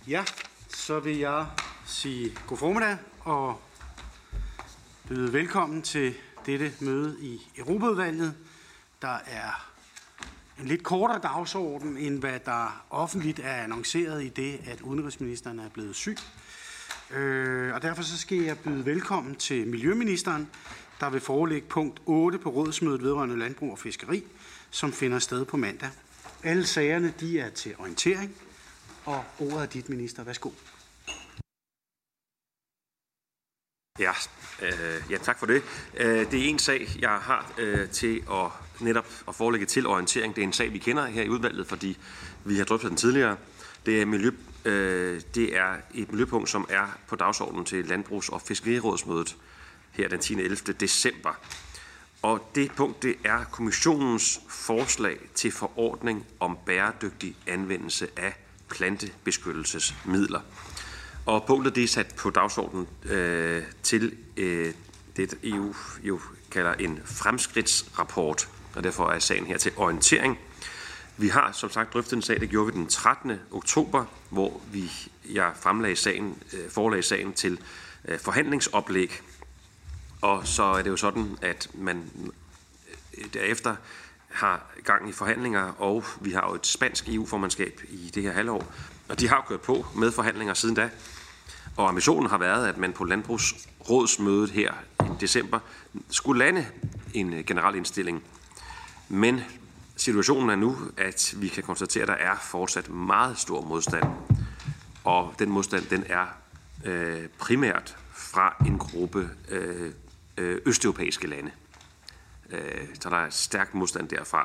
Ja, så vil jeg sige god formiddag og byde velkommen til dette møde i Europaudvalget. Der er en lidt kortere dagsorden, end hvad der offentligt er annonceret i det, at udenrigsministeren er blevet syg. Og derfor så skal jeg byde velkommen til Miljøministeren, der vil forelægge punkt 8 på rådsmødet vedrørende landbrug og fiskeri, som finder sted på mandag. Alle sagerne de er til orientering, og ordet er dit, minister. Værsgo. Ja, tak for det. Det er en sag, jeg har til at netop at forelægge til orientering. Det er en sag, vi kender her i udvalget, fordi vi har drøftet den tidligere. Det er et miljøpunkt, som er på dagsordenen til Landbrugs- og Fiskerirådsmødet her den 10. 11. december. Og det punkt, det er kommissionens forslag til forordning om bæredygtig anvendelse af plantebeskyttelsesmidler. Og punktet det er sat på dagsordenen til det, EU jo kalder en fremskridtsrapport, og derfor er sagen her til orientering. Vi har som sagt drøftet en sag, det gjorde vi den 13. oktober, hvor jeg forelagde sagen til forhandlingsoplæg. Og så er det jo sådan, at man derefter har gang i forhandlinger, og vi har jo et spansk EU-formandskab i det her halvår, og de har jo kørt på med forhandlinger siden da. Og ambitionen har været, at man på Landbrugsrådsmødet her i december skulle lande en generel indstilling. Men situationen er nu, at vi kan konstatere, at der er fortsat meget stor modstand. Og den modstand, den er primært fra en gruppe østeuropæiske lande. Så der er stærk modstand derfra.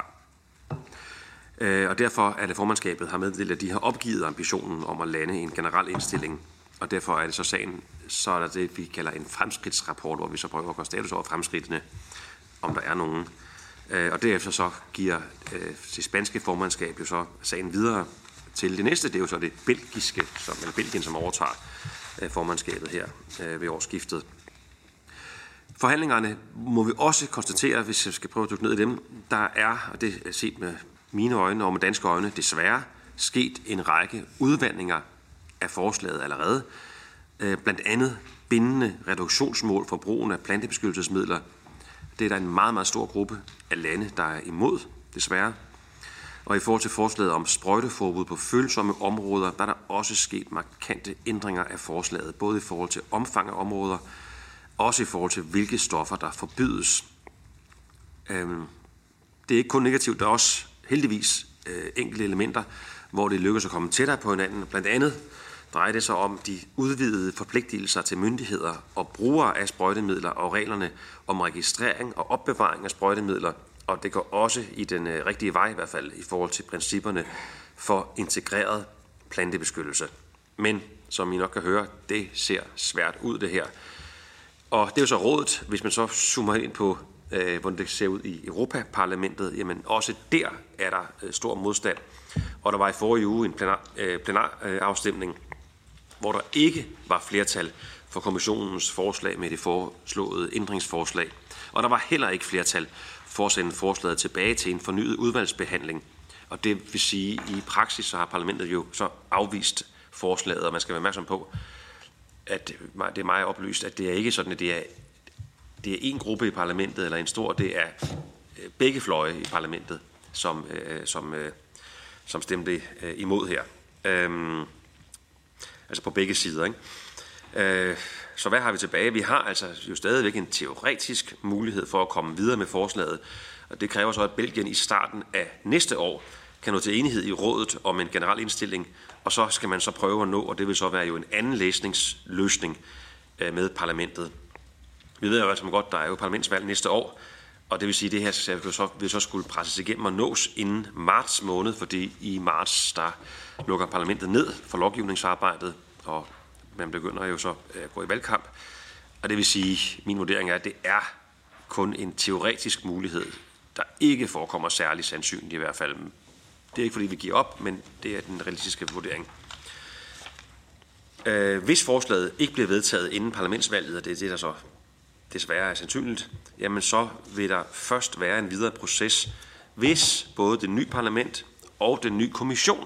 Og derfor er det formandskabet har meddelt, at de har opgivet ambitionen om at lande en generel indstilling. Og derfor er det så sagen, så er der det, vi kalder en fremskridtsrapport, hvor vi så prøver at gøre status over fremskridtene, om der er nogen. Og derefter så giver det spanske formandskab jo så sagen videre til det næste. Det er jo så det belgiske, eller Belgien, som overtager formandskabet her ved årsskiftet. Forhandlingerne må vi også konstatere, hvis jeg skal prøve at dykke ned i dem, der er, og det er set med mine øjne og med danske øjne, desværre sket en række udvandinger af forslaget allerede. Blandt andet bindende reduktionsmål for brugen af plantebeskyttelsesmidler. Det er der en meget, meget stor gruppe af lande, der er imod, desværre. Og i forhold til forslaget om sprøjteforbud på følsomme områder, der er der også sket markante ændringer af forslaget, både i forhold til omfang af områder, også i forhold til, hvilke stoffer, der forbydes. Det er ikke kun negativt, der er også heldigvis enkelte elementer, hvor det lykkes at komme tættere på hinanden. Blandt andet drejer det sig om de udvidede forpligtelser til myndigheder og brugere af sprøjtemidler og reglerne om registrering og opbevaring af sprøjtemidler. Og det går også i den rigtige vej, i hvert fald i forhold til principperne for integreret plantebeskyttelse. Men som I nok kan høre, det ser svært ud det her. Og det er jo så rådet, hvis man så zoomer ind på, hvordan det ser ud i Europaparlamentet, jamen også der er der stor modstand. Og der var i forrige uge en plenarafstemning, hvor der ikke var flertal for kommissionens forslag med det foreslåede ændringsforslag. Og der var heller ikke flertal for at sende forslaget tilbage til en fornyet udvalgsbehandling. Og det vil sige, at i praksis så har parlamentet jo så afvist forslaget, og man skal være opmærksom på, at det er meget oplyst, at det er ikke sådan, at det er en gruppe i parlamentet, eller en stor, det er begge fløje i parlamentet, som stemte imod her. Altså på begge sider, ikke? Så hvad har vi tilbage? Vi har altså jo stadigvæk en teoretisk mulighed for at komme videre med forslaget, og det kræver så, at Belgien i starten af næste år kan nå til enighed i rådet om en generel indstilling, og så skal man så prøve at nå, og det vil så være jo en anden læsningsløsning med parlamentet. Vi ved jo altså godt, der er jo parlamentsvalg næste år, og det vil sige, at det her vil så skulle presses igennem og nås inden marts måned, fordi i marts, der lukker parlamentet ned for lovgivningsarbejdet, og man begynder jo så at gå i valgkamp. Og det vil sige, min vurdering er, at det er kun en teoretisk mulighed, der ikke forekommer særlig sandsynligt i hvert fald. Det er ikke fordi, vi giver op, men det er den realistiske vurdering. Hvis forslaget ikke bliver vedtaget inden parlamentsvalget, og det er det, der så desværre er sandsynligt, jamen så vil der først være en videre proces, hvis både det nye parlament og den nye kommission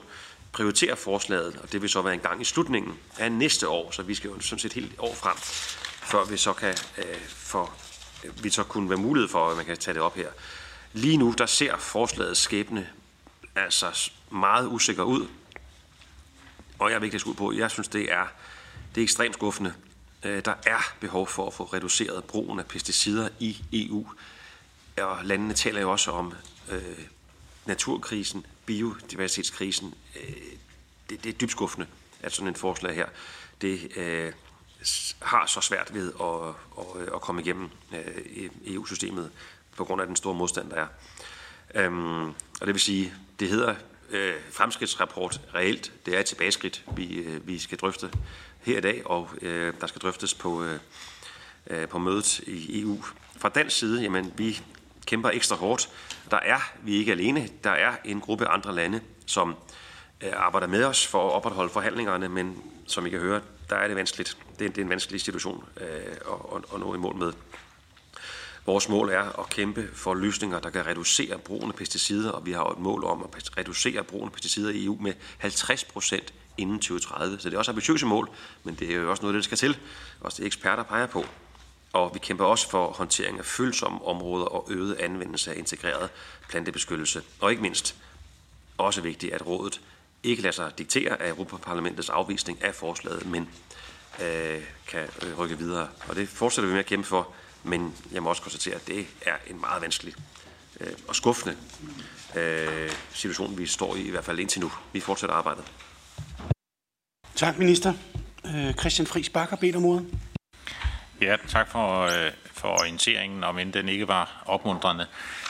prioritere forslaget, og det vil så være en gang i slutningen af næste år, så vi skal jo sådan set helt år frem, før vi så kan vi så kunne være mulighed for, at man kan tage det op her. Lige nu, der ser forslagets skæbne altså meget usikker ud, og jeg vil ikke lægge ud på, jeg synes, det er ekstremt skuffende. Der er behov for at få reduceret brugen af pesticider i EU, og landene taler jo også om naturkrisen, biodiversitetskrisen. Det er dybt skuffende, at sådan en forslag her, det har så svært ved at komme igennem EU-systemet på grund af den store modstand, der er. Og det vil sige, det hedder fremskridtsrapport reelt. Det er et tilbageskridt, vi skal drøfte her i dag, og der skal drøftes på mødet i EU. Fra dansk side, jamen, vi kæmper ekstra hårdt. Vi er ikke alene. Der er en gruppe andre lande, som arbejder med os for at opretholde forhandlingerne, men som I kan høre, der er det vanskeligt. Det er en vanskelig situation at nå i mål med. Vores mål er at kæmpe for løsninger, der kan reducere brugen af pesticider, og vi har et mål om at reducere brugen af pesticider i EU med 50% inden 2030. Så det er også ambitiøse mål, men det er jo også noget, der skal til, også det eksperter peger på. Og vi kæmper også for håndtering af følsomme områder og øget anvendelse af integreret plantebeskyttelse. Og ikke mindst også vigtigt, at rådet ikke lader sig diktere af Europaparlamentets afvisning af forslaget, men kan rykke videre. Og det fortsætter vi med at kæmpe for, men jeg må også konstatere, at det er en meget vanskelig og skuffende situation, vi står i hvert fald indtil nu. Vi fortsætter arbejdet. Tak, minister. Christian Friis Bach har bedt om ordet. Ja, tak for orienteringen, om end den ikke var opmuntrende.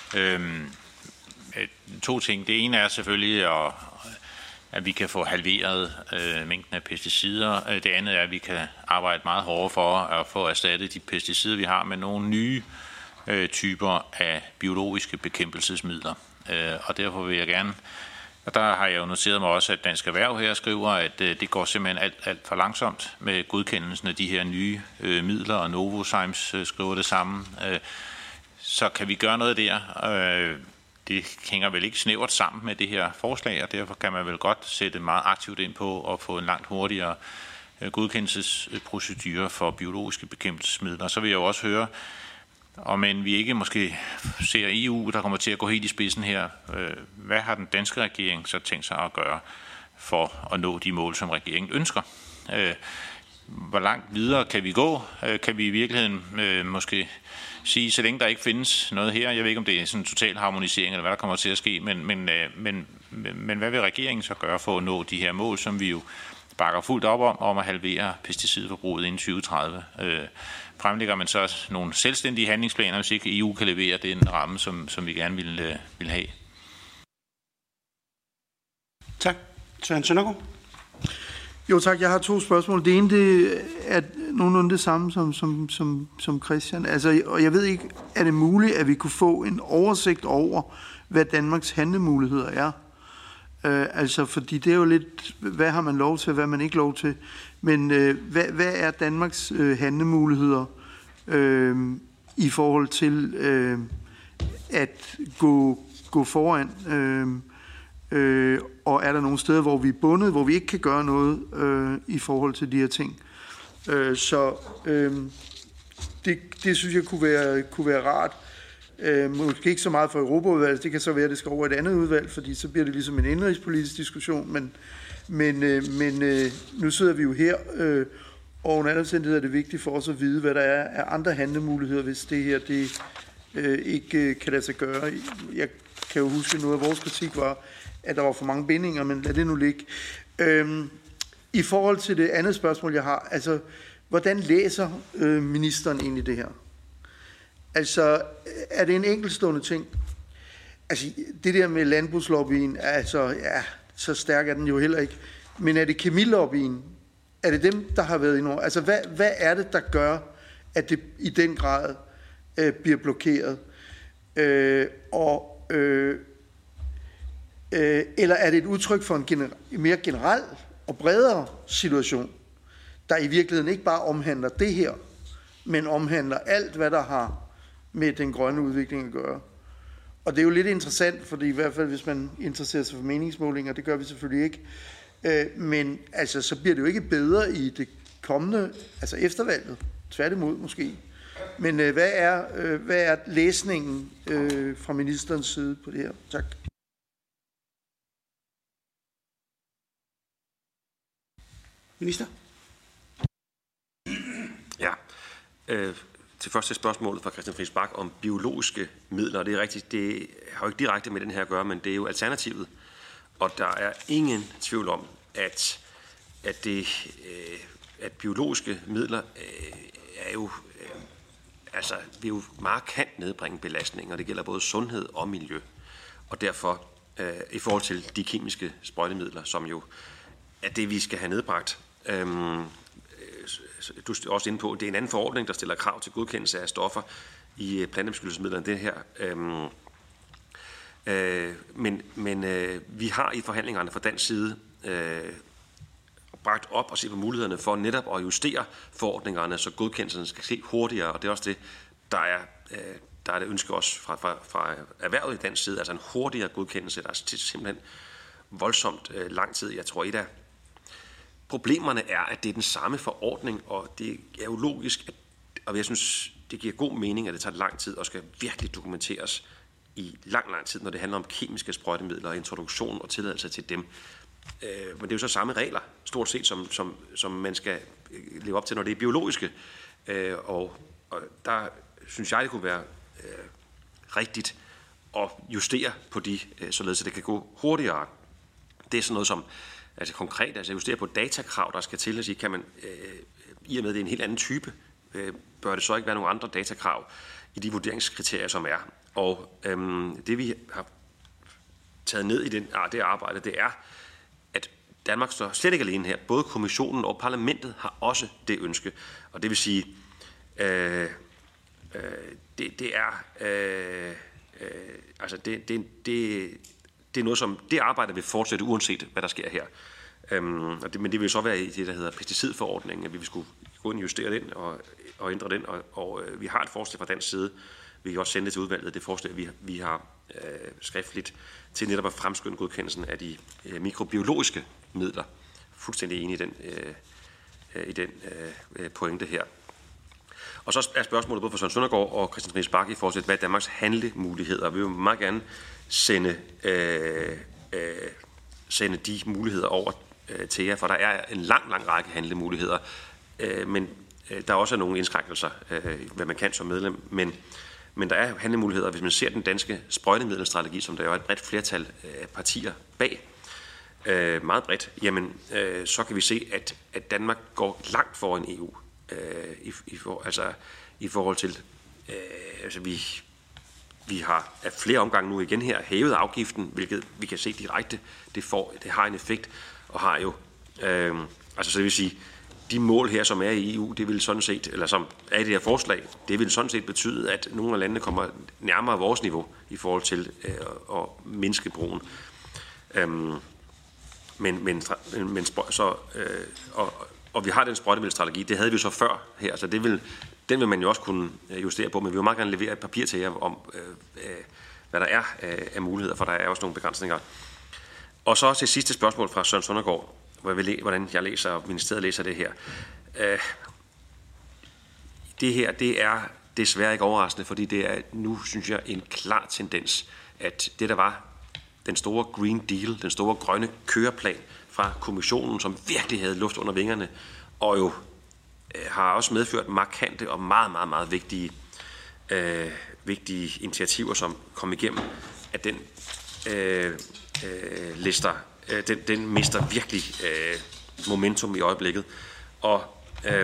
To ting. Det ene er selvfølgelig, at vi kan få halveret mængden af pesticider. Det andet er, at vi kan arbejde meget hårdere for at få erstattet de pesticider, vi har, med nogle nye typer af biologiske bekæmpelsesmidler. Og derfor vil jeg gerne, og der har jeg jo noteret mig også, at Dansk Erhverv her skriver, at det går simpelthen alt for langsomt med godkendelsen af de her nye midler, og Novozymes skriver det samme. Så kan vi gøre noget der? Det hænger vel ikke snævert sammen med det her forslag, og derfor kan man vel godt sætte meget aktivt ind på at få en langt hurtigere godkendelsesprocedure for biologiske bekæmpelsesmidler. Så vil jeg jo også høre, om end vi ikke måske ser EU, der kommer til at gå helt i spidsen her, hvad har den danske regering så tænkt sig at gøre for at nå de mål, som regeringen ønsker? Hvor langt videre kan vi gå? Kan vi i virkeligheden måske sige, så længe der ikke findes noget her, jeg ved ikke, om det er sådan en total harmonisering, eller hvad der kommer til at ske, men hvad vil regeringen så gøre for at nå de her mål, som vi jo bakker fuldt op om at halvere pesticidforbruget inden 2030? Fremlægger man så nogle selvstændige handlingsplaner, hvis ikke EU kan levere den ramme, som vi gerne vil have? Tak. Søren Søndergaard. Jo tak, jeg har to spørgsmål. Det ene det er nogenlunde det samme som Christian. Altså, og jeg ved ikke, er det muligt, at vi kunne få en oversigt over, hvad Danmarks handlemuligheder er? Altså, fordi det er jo lidt, hvad har man lov til, hvad man ikke lov til. Men hvad er Danmarks handlemuligheder i forhold til at gå foran? Og er der nogle steder, hvor vi er bundet, hvor vi ikke kan gøre noget i forhold til de her ting? Det synes jeg kunne være rart. Måske ikke så meget for Europaudvalget, det kan så være, at det skal over et andet udvalg, fordi så bliver det ligesom en indenrigspolitisk diskussion, men nu sidder vi jo her, og under alle omstændigheder er det vigtigt for os at vide, hvad der er af andre handlemuligheder, hvis det her ikke kan lade sig gøre. Jeg kan jo huske, at noget af vores kritik var, at der var for mange bindinger, men lad det nu ligge. I forhold til det andet spørgsmål, jeg har, altså, hvordan læser ministeren egentlig det her? Altså, er det en enkeltstående ting? Altså, det der med landbrugslobbyen, altså, ja, så stærk er den jo heller ikke. Men er det kemilobbyen? Er det dem, der har været inde over? Altså, hvad er det, der gør, at det i den grad bliver blokeret? Eller er det et udtryk for en mere generel og bredere situation, der i virkeligheden ikke bare omhandler det her, men omhandler alt, hvad der har med den grønne udvikling at gøre? Og det er jo lidt interessant, fordi i hvert fald hvis man interesserer sig for meningsmålinger, det gør vi selvfølgelig ikke, Men altså, så bliver det jo ikke bedre i det kommende, altså eftervalget. Tværtimod måske. Men hvad er læsningen fra ministerens side på det her? Tak. Minister? Ja. Til første spørgsmålet fra Christian Friis Bach om biologiske midler. Det er rigtigt, det har jo ikke direkte med den her at gøre, men det er jo alternativet. Og der er ingen tvivl om, at biologiske midler er jo vil jo markant nedbringe belastning, og det gælder både sundhed og miljø. Og derfor i forhold til de kemiske sprøjtemidler, som jo er det, vi skal have nedbragt. Du er også inde på, det er en anden forordning, der stiller krav til godkendelse af stoffer i plantebeskyttelsesmidler end det her. Men vi har i forhandlingerne fra dansk side bragt op og se på mulighederne for netop at justere forordningerne, så godkendelsen skal ske hurtigere, og det er også det, der er det ønske også fra erhvervet i dansk side, altså en hurtigere godkendelse, der er simpelthen voldsomt lang tid. Jeg tror, et af problemerne er, at det er den samme forordning, og det er jo logisk, og jeg synes, det giver god mening, at det tager lang tid og skal virkelig dokumenteres i lang tid, når det handler om kemiske sprøjtemidler, introduktion og tilladelse til dem. Men det er jo så samme regler, stort set, som man skal leve op til, når det er biologiske. Og der synes jeg, det kunne være rigtigt at justere på de, således at det kan gå hurtigere. Det er sådan noget som, altså konkret, altså justere på datakrav, der skal til at sige, kan man, i og med det er en helt anden type, bør det så ikke være nogle andre datakrav i de vurderingskriterier, som er. Og det vi har taget ned i det arbejde, det er, at Danmark står slet ikke alene her. Både kommissionen og parlamentet har også det ønske. Og det vil sige, det er noget, som det arbejde vil fortsætte, uanset hvad der sker her. Men det vil så være i det, der hedder pesticidforordningen, at vi vil skulle gå ind og justere den og ændre den. Og vi har et forslag fra dansk side. Vi kan også sende det til udvalget, det forslag, vi har skriftligt til netop at fremskynde godkendelsen af de mikrobiologiske midler. Fuldstændig enig i den pointe her. Og så er spørgsmålet både fra Søren Søndergaard og Christian Friis Bach i forhold til, hvad er Danmarks handlemuligheder. Vi vil meget gerne sende de muligheder over til jer, for der er en lang række handlemuligheder. Men der er også nogle indskrænkelser, hvad man kan som medlem. Men der er handlemuligheder, hvis man ser den danske sprøjtemiddelstrategi, som der er et bredt flertal partier bag, meget bredt, jamen så kan vi se, at Danmark går langt foran EU i forhold til, vi har af flere omgange nu igen her hævet afgiften, hvilket vi kan se direkte, det har en effekt, og har jo, så det vil sige, de mål her, som er i EU, det vil sådan set, eller som er i det her forslag, det vil sådan set betyde, at nogle af landene kommer nærmere vores niveau i forhold til at mindske brugen. Og vi har den sprøjtemiddelstrategi, det havde vi jo så før her, så den vil man jo også kunne justere på, men vi vil meget gerne levere et papir til jer om, hvad der er af muligheder, for der er også nogle begrænsninger. Og så til sidste spørgsmål fra Søren Søndergaard, hvordan jeg læser, og ministeriet læser det her. Det her, det er desværre ikke overraskende, fordi det er nu, synes jeg, en klar tendens, at det, der var den store Green Deal, den store grønne køreplan fra kommissionen, som virkelig havde luft under vingerne, og jo har også medført markante og meget, meget, meget vigtige initiativer, som kom igennem, at den den mister virkelig momentum i øjeblikket. Og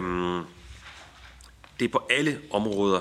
det er på alle områder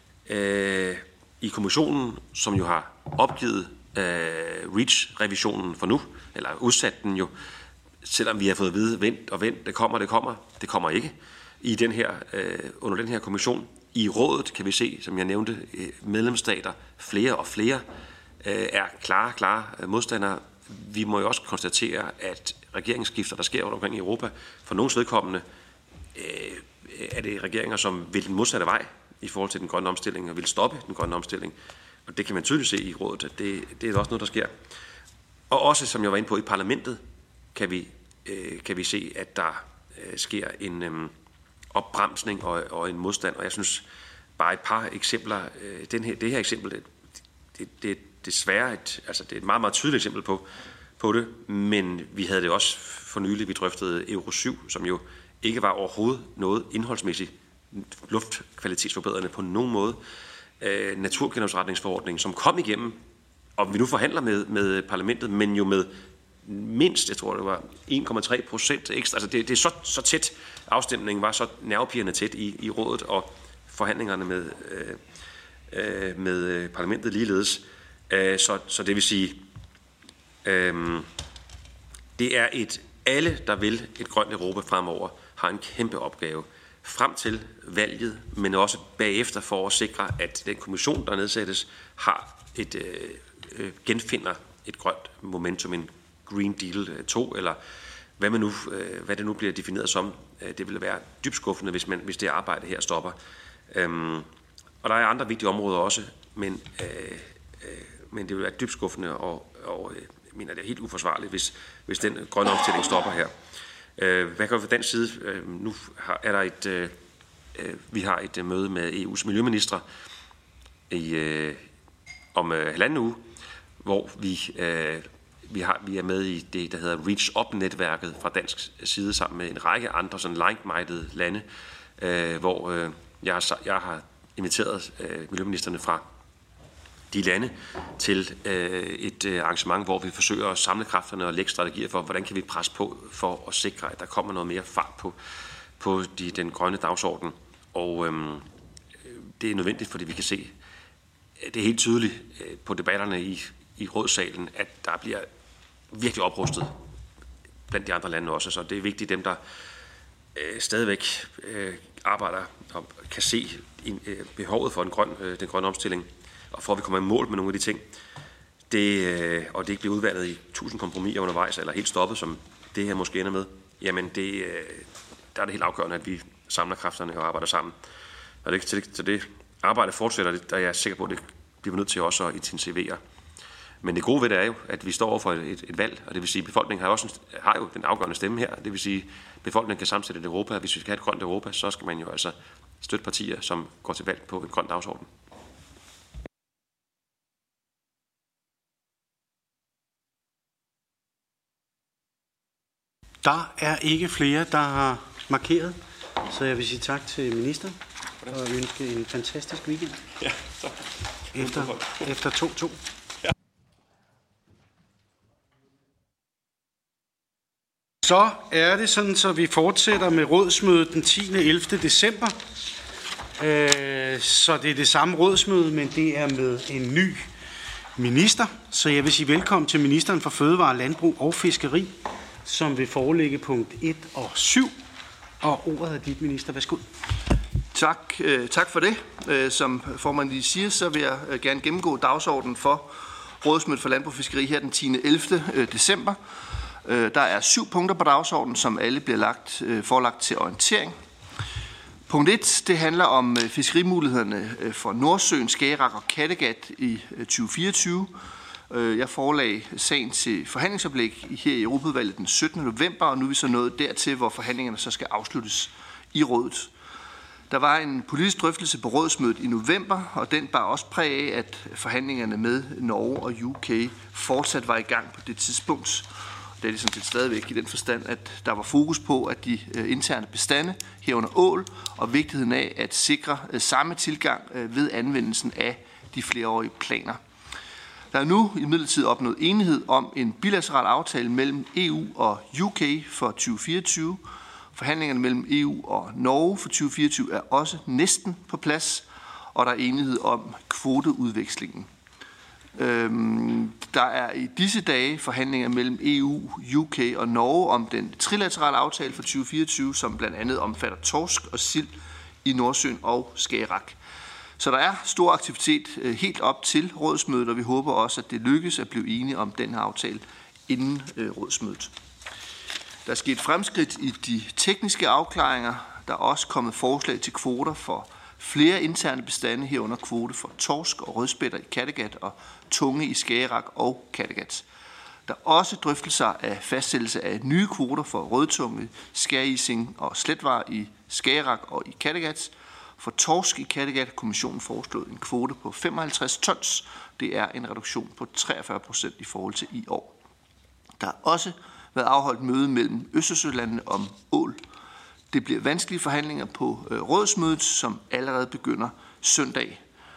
i kommissionen, som jo har opgivet REACH-revisionen for nu, eller udsat den jo, selvom vi har fået at vide, vent, det kommer ikke. Under den her kommission. I rådet kan vi se, som jeg nævnte, medlemsstater, flere og flere er klare modstandere. Vi må jo også konstatere, at regeringsskifter, der sker rundt omkring i Europa, for nogens vedkommende er det regeringer, som vil den modsatte vej i forhold til den grønne omstilling, og vil stoppe den grønne omstilling. Og det kan man tydeligt se i rådet, at det er også noget, der sker. Og også, som jeg var inde på i parlamentet, kan vi kan vi se, at der sker en opbremsning og en modstand. Og jeg synes bare et par eksempler. Det her eksempel, det er desværre det er et meget, meget tydeligt eksempel på det, men vi havde det også for nylig, vi drøftede Euro 7, som jo ikke var overhovedet noget indholdsmæssigt luftkvalitetsforbedrende på nogen måde. Naturgenopretningsforordning, som kom igennem, og vi nu forhandler med parlamentet, men jo med mindst, jeg tror det var 1,3% ekstra. Altså det er så tæt, afstemningen var så nervepirrende tæt i rådet, og forhandlingerne med parlamentet ligeledes. Så det vil sige, det er alle, der vil et grønt Europa fremover, har en kæmpe opgave frem til valget, men også bagefter for at sikre, at den kommission, der nedsættes, har genfinder et grønt momentum, en Green Deal 2, eller hvad det nu bliver defineret som. Det vil være dybt skuffende, hvis det arbejde her stopper. Og der er andre vigtige områder også, men det vil være dybt skuffende, og jeg mener, det er helt uforsvarligt, hvis den grønne omstilling stopper her. Hvad kan vi fra den side? Nu er der vi har et møde med EU's miljøministre om halvanden uge, hvor vi er med i det, der hedder Reach Up-netværket fra dansk side, sammen med en række andre sådan like-minded lande, hvor jeg har inviteret miljøministerne fra de lande til et arrangement, hvor vi forsøger at samle kræfterne og lægge strategier for, hvordan kan vi presse på for at sikre, at der kommer noget mere fart på den grønne dagsorden. Og det er nødvendigt, fordi vi kan se, det er helt tydeligt på debatterne i rådssalen, at der bliver virkelig oprustet blandt de andre lande også. Så det er vigtigt, dem der stadigvæk arbejder og kan se behovet for den grønne omstilling, og for at vi kommer i mål med nogle af de ting, og det ikke bliver udvandet i 1000 kompromiser undervejs, eller helt stoppet, som det her måske ender med, jamen der er det helt afgørende, at vi samler kræfterne og arbejder sammen. Og det arbejde fortsætter, der er jeg sikker på, at det bliver nødt til også at intensivere. Men det gode ved det er jo, at vi står over for et valg, og det vil sige, at befolkningen har jo den afgørende stemme her. Det vil sige, at befolkningen kan sammensætte et Europa. Hvis vi skal have et grønt Europa, så skal man jo altså støtte partier, som går til valg på en grøn dagsorden. Der er ikke flere, der har markeret, så jeg vil sige tak til ministeren og ønske en fantastisk weekend. Ja, tak. Efter 2-2. Ja. Så er det sådan, så vi fortsætter med rådsmødet den 10. 11. december. Så det er det samme rådsmøde, men det er med en ny minister. Så jeg vil sige velkommen til ministeren for Fødevare, Landbrug og Fiskeri, som vil forelægge punkt 1 og 7. Og ordet er dit, minister. Værsgo. Tak for det. Som formand lige siger, så vil jeg gerne gennemgå dagsordenen for rådsmødet for Landbrug og Fiskeri her den 10. 11. december. Der er 7 punkter på dagsordenen, som alle bliver forelagt til orientering. Punkt 1, det handler om fiskerimulighederne for Nordsøen, Skagerrak og Kattegat i 2024. Jeg forelagde sagen til forhandlingsoplæg her i Europaudvalget den 17. november, og nu er vi så nået dertil, hvor forhandlingerne så skal afsluttes i rådet. Der var en politisk drøftelse på rådsmødet i november, og den bar også præg af, at forhandlingerne med Norge og UK fortsat var i gang på det tidspunkt. Det er det sådan set stadigvæk i den forstand, at der var fokus på, at de interne bestande herunder ål, og vigtigheden af at sikre samme tilgang ved anvendelsen af de flereårige planer. Der er nu imidlertid opnået enighed om en bilateral aftale mellem EU og UK for 2024. Forhandlingerne mellem EU og Norge for 2024 er også næsten på plads, og der er enighed om kvoteudvekslingen. Der er i disse dage forhandlinger mellem EU, UK og Norge om den trilaterale aftale for 2024, som blandt andet omfatter torsk og sild i Nordsøen og Skagerrak. Så der er stor aktivitet helt op til rådsmødet, og vi håber også, at det lykkes at blive enige om den her aftale inden rådsmødet. Der er sket fremskridt i de tekniske afklaringer. Der er også kommet forslag til kvoter for flere interne bestande, herunder kvote for torsk og rødspætter i Kattegat og tunge i Skagerrak og Kattegat. Der Der er også drøftelser af fastsættelse af nye kvoter for rødtunge, skærising og sletvarer i Skagerrak og i Kattegat. For torsk i Kattegat har kommissionen foreslået en kvote på 55 tons. Det er en reduktion på 43% i forhold til i år. Der har også været afholdt møde mellem Østersølandene om ål. Det bliver vanskelige forhandlinger på rådsmødet, som allerede begynder søndag.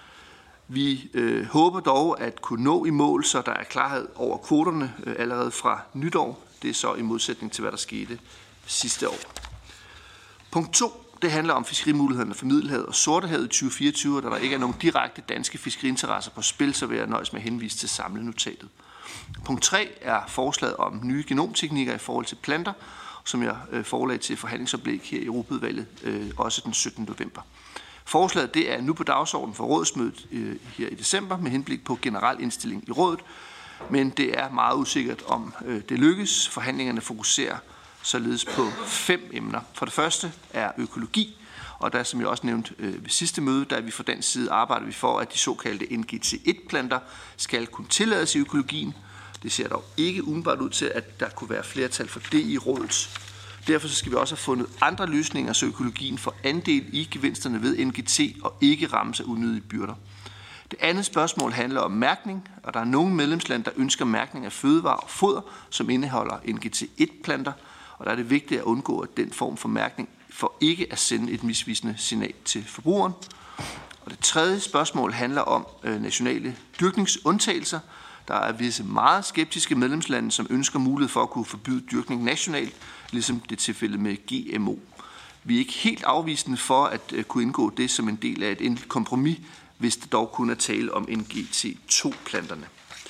Vi håber dog at kunne nå i mål, så der er klarhed over kvoterne allerede fra nytår. Det er så i modsætning til, hvad der skete sidste år. Punkt 2. Det handler om fiskerimulighederne for Middelhavet og Sortehavet i 2024, da der ikke er nogen direkte danske fiskeriinteresser på spil, så vil jeg nøjes med at henvise til samlenotatet. Punkt 3 er forslaget om nye genomteknikker i forhold til planter, som jeg forelagde til forhandlingsoplæg her i Europaudvalget også den 17. november. Forslaget det er nu på dagsordenen for rådsmødet her i december med henblik på generel indstilling i rådet, men det er meget usikkert om det lykkes. Forhandlingerne fokuserer således på 5 emner. For det første er økologi, og der som jeg også nævnte ved sidste møde, der er vi fra dansk side arbejder vi for, at de såkaldte NGT1-planter skal kunne tillades i økologien. Det ser dog ikke umiddelbart ud til, at der kunne være flertal for det i rådet. Derfor skal vi også have fundet andre løsninger, så økologien får andel i gevinsterne ved NGT og ikke rammes af unødige byrder. Det andet spørgsmål handler om mærkning, og der er nogle medlemslande, der ønsker mærkning af fødevarer og foder, som indeholder NGT1-planter, og der er det vigtigt at undgå, at den form for mærkning for ikke at sende et misvisende signal til forbrugeren. Og det tredje spørgsmål handler om nationale dyrkningsundtagelser. Der er visse meget skeptiske medlemslande, som ønsker mulighed for at kunne forbyde dyrkning nationalt, ligesom det er tilfældet med GMO. Vi er ikke helt afvisende for at kunne indgå det som en del af et enkelt kompromis, hvis det dog kun er tale om NGT2-planterne.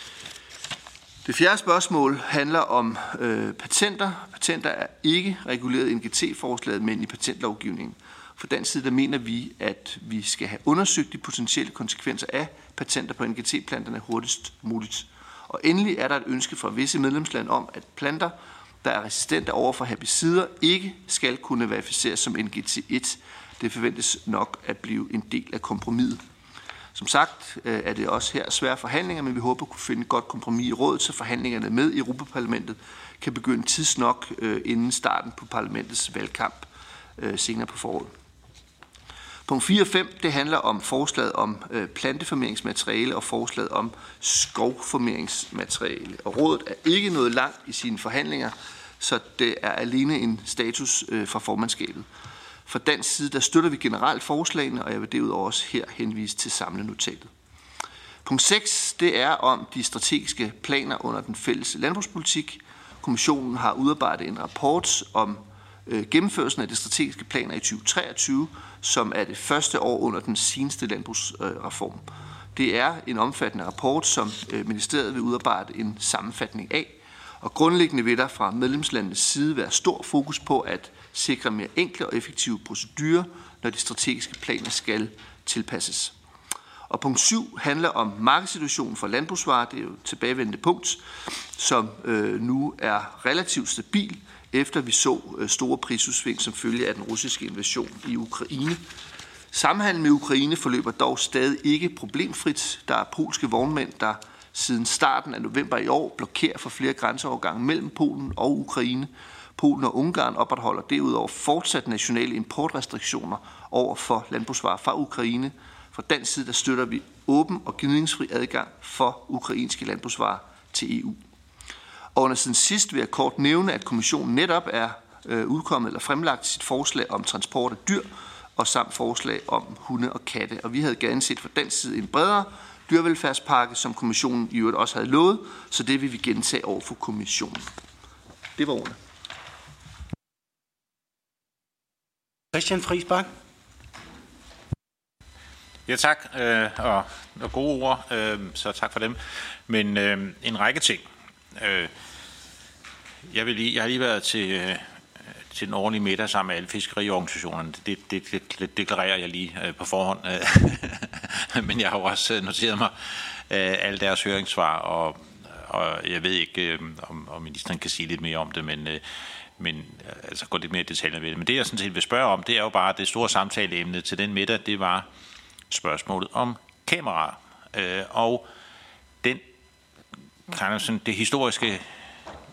Det fjerde spørgsmål handler om patenter. Patenter er ikke reguleret i NGT-forslaget, men i patentlovgivningen. Fra den side der mener vi, at vi skal have undersøgt de potentielle konsekvenser af patenter på NGT-planterne hurtigst muligt. Og endelig er der et ønske fra visse medlemslande om, at planter, der er resistente over for herbicider, ikke skal kunne verificeres som NGT1. Det forventes nok at blive en del af kompromiset. Som sagt er det også her svære forhandlinger, men vi håber at kunne finde et godt kompromis i rådet, så forhandlingerne med Europaparlamentet kan begynde tidsnok inden starten på parlamentets valgkamp senere på foråret. Punkt 4 og 5, det handler om forslaget om planteformeringsmateriale og forslaget om skovformeringsmateriale. Og rådet er ikke nået langt i sine forhandlinger, så det er alene en status fra formandskabet. Fra dansk side der støtter vi generelt forslagene, og jeg vil derudover også her henvise til samlenotatet. Punkt 6, det er om de strategiske planer under den fælles landbrugspolitik. Kommissionen har udarbejdet en rapport om gennemførelsen af de strategiske planer i 2023, som er det første år under den seneste landbrugsreform. Det er en omfattende rapport, som ministeriet vil udarbejde en sammenfatning af, og grundlæggende vil der fra medlemslandenes side være stor fokus på at sikre mere enkle og effektive procedurer, når de strategiske planer skal tilpasses. Og punkt 7 handler om markedssituationen for landbrugsvarer. Det er jo et tilbagevendende punkt, som nu er relativt stabil, efter vi så store prisudsving som følge af den russiske invasion i Ukraine. Samhandlen med Ukraine forløber dog stadig ikke problemfrit. Der er polske vognmænd, der siden starten af november i år blokerer for flere grænseovergange mellem Polen og Ukraine. Polen og Ungarn opretholder derudover fortsat nationale importrestriktioner over for landbrugsvarer fra Ukraine. Fra dansk side der støtter vi åben og gnidningsfri adgang for ukrainske landbrugsvarer til EU. Og under siden sidst vil jeg kort nævne, at kommissionen netop er udkommet eller fremlagt sit forslag om transport af dyr og samt forslag om hunde og katte. Og vi havde gerne set fra dansk side en bredere dyrevelfærdspakke, som kommissionen i øvrigt også havde lovet, så det vil vi gentage over for kommissionen. Det var ordene. Christian Friis Bach. Ja, tak, og gode ord, så tak for dem. Men en række ting. Jeg har lige været til den årlige middag sammen med alle fiskeriorganisationerne. Det deklarerer jeg lige på forhånd. Men jeg har jo også noteret mig alle deres høringssvar, og jeg ved ikke, om ministeren kan sige lidt mere om det, men altså gå lidt mere i detaljer ved det. Men det, jeg sådan set vil spørge om, det er jo bare det store samtaleemne til den middag, det var spørgsmålet om kameraer. Og den, sådan, det historiske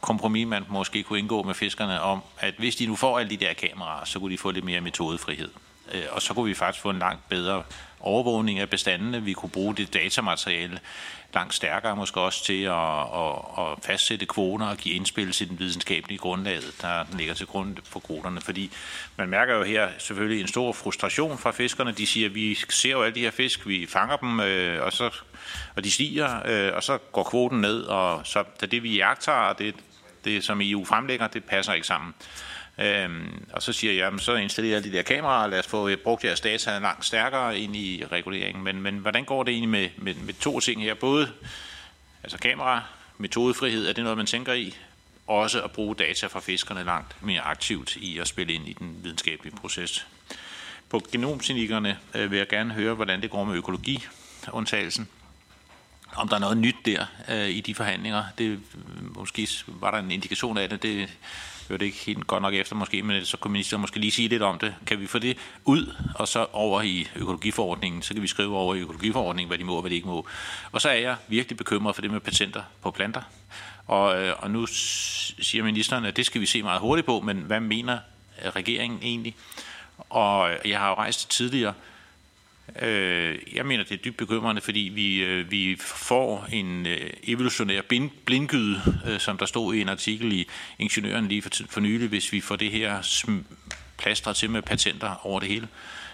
kompromis, man måske kunne indgå med fiskerne om, at hvis de nu får alle de der kameraer, så kunne de få lidt mere metodefrihed. Og så kunne vi faktisk få en langt bedre overvågning af bestandene. Vi kunne bruge det datamateriale langt stærkere måske også til at fastsætte kvoter og give indspil til den videnskabelige grundlag, der ligger til grund for kvoterne. Fordi man mærker jo her selvfølgelig en stor frustration fra fiskerne. De siger, at vi ser jo alle de her fisk, vi fanger dem, og de stiger, og så går kvoten ned, og så det vi jagter, og det som EU fremlægger, det passer ikke sammen. Og så siger jeg, så installerer alle de der kameraer, lad os få brugt jeres data langt stærkere ind i reguleringen. Men hvordan går det egentlig med to ting her? Både altså kamera, metodefrihed, er det noget, man tænker i? Også at bruge data fra fiskerne langt mere aktivt i at spille ind i den videnskabelige proces. På genomklinikkerne vil jeg gerne høre, hvordan det går med økologiundtagelsen. Om der er noget nyt der i de forhandlinger. Måske var der en indikation af det. Det hørte ikke helt godt nok efter måske, men så kunne ministeren måske lige sige lidt om det. Kan vi få det ud, og så over i økologiforordningen, så kan vi skrive over i økologiforordningen, hvad de må og hvad de ikke må. Og så er jeg virkelig bekymret for det med patenter på planter. Og nu siger ministeren, at det skal vi se meget hurtigt på, men hvad mener regeringen egentlig? Og jeg har jo rejst tidligere. Jeg mener, det er dybt bekymrende, fordi vi får en evolutionær blindgyde, som der stod i en artikel i Ingeniøren lige for nylig, hvis vi får det her plastret til med patenter over det hele.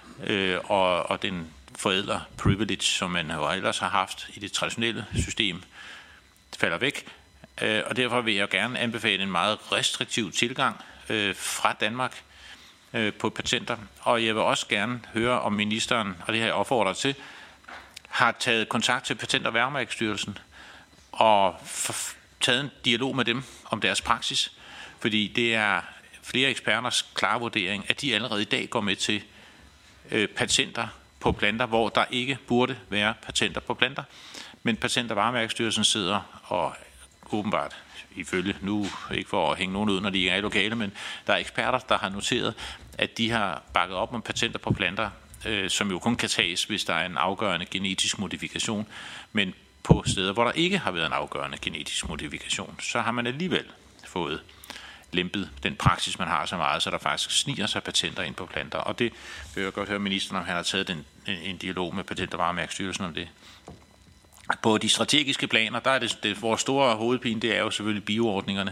Og den forædler privilege, som man jo ellers har haft i det traditionelle system, falder væk. Og derfor vil jeg gerne anbefale en meget restriktiv tilgang fra Danmark på patenter, og jeg vil også gerne høre, om ministeren, og det har jeg opfordret til, har taget kontakt til Patent- og Varemærkestyrelsen og taget en dialog med dem om deres praksis, fordi det er flere eksperters klare vurdering, at de allerede i dag går med til patenter på planter, hvor der ikke burde være patenter på planter, men Patent- og Varemærkestyrelsen sidder og åbenbart ifølge nu, ikke for at hænge nogen ud, når de er i lokale, men der er eksperter, der har noteret, at de har bakket op om patenter på planter, som jo kun kan tages, hvis der er en afgørende genetisk modifikation, men på steder, hvor der ikke har været en afgørende genetisk modifikation, så har man alligevel fået lempet den praksis, man har så meget, så der faktisk sniger sig patenter ind på planter. Og det vil jeg godt høre ministeren, om han har taget en dialog med Patent- og Varemærkestyrelsen om det. På de strategiske planer, der er vores store hovedpine, det er jo selvfølgelig bioordningerne.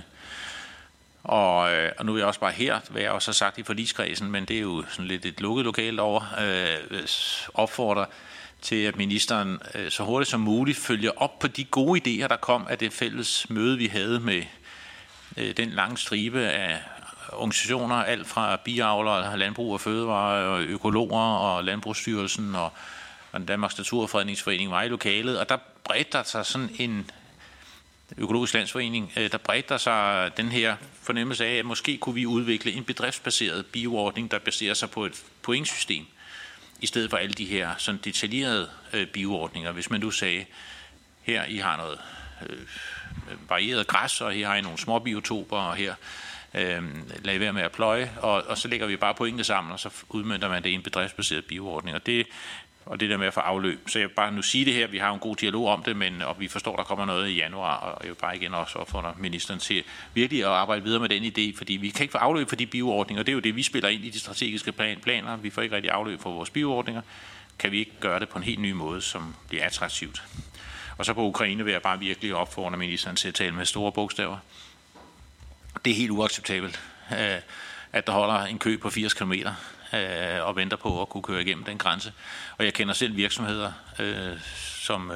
Og nu vil jeg også bare her, hvad jeg også har sagt i forligskredsen, men det er jo sådan lidt et lukket lokalt over, opfordrer til, at ministeren så hurtigt som muligt følger op på de gode idéer, der kom af det fælles møde, vi havde med den lange stribe af organisationer, alt fra biavlere, landbrug og fødevare, og økologer og Landbrugsstyrelsen og den Danmarks Naturfredningsforening var i lokalet, og der bredte der sig sådan en økologisk landsforening, der bredte der sig den her fornemmelse af, at måske kunne vi udvikle en bedriftsbaseret bioordning, der baserer sig på et pointsystem, i stedet for alle de her sådan detaljerede bioordninger. Hvis man nu sagde, her I har noget varieret græs, og her har I nogle små biotoper, og her lad være med at pløje, og så lægger vi bare pointene sammen, og så udmønter man det i en bedriftsbaseret bioordning. Og det der med at få afløb. Så jeg vil bare nu sige det her, vi har en god dialog om det, og vi forstår, der kommer noget i januar, og jeg vil bare igen også opfordre ministeren til virkelig at arbejde videre med den idé, fordi vi kan ikke få afløb for de bioordninger, det er jo det, vi spiller ind i de strategiske planer, vi får ikke rigtig afløb for vores bioordninger, kan vi ikke gøre det på en helt ny måde, som bliver attraktivt. Og så på Ukraine vil jeg bare virkelig opfordre ministeren til at tale med store bogstaver. Det er helt uacceptabelt, at der holder en kø på 80 kilometer, og venter på at kunne køre igennem den grænse. Og jeg kender selv virksomheder, som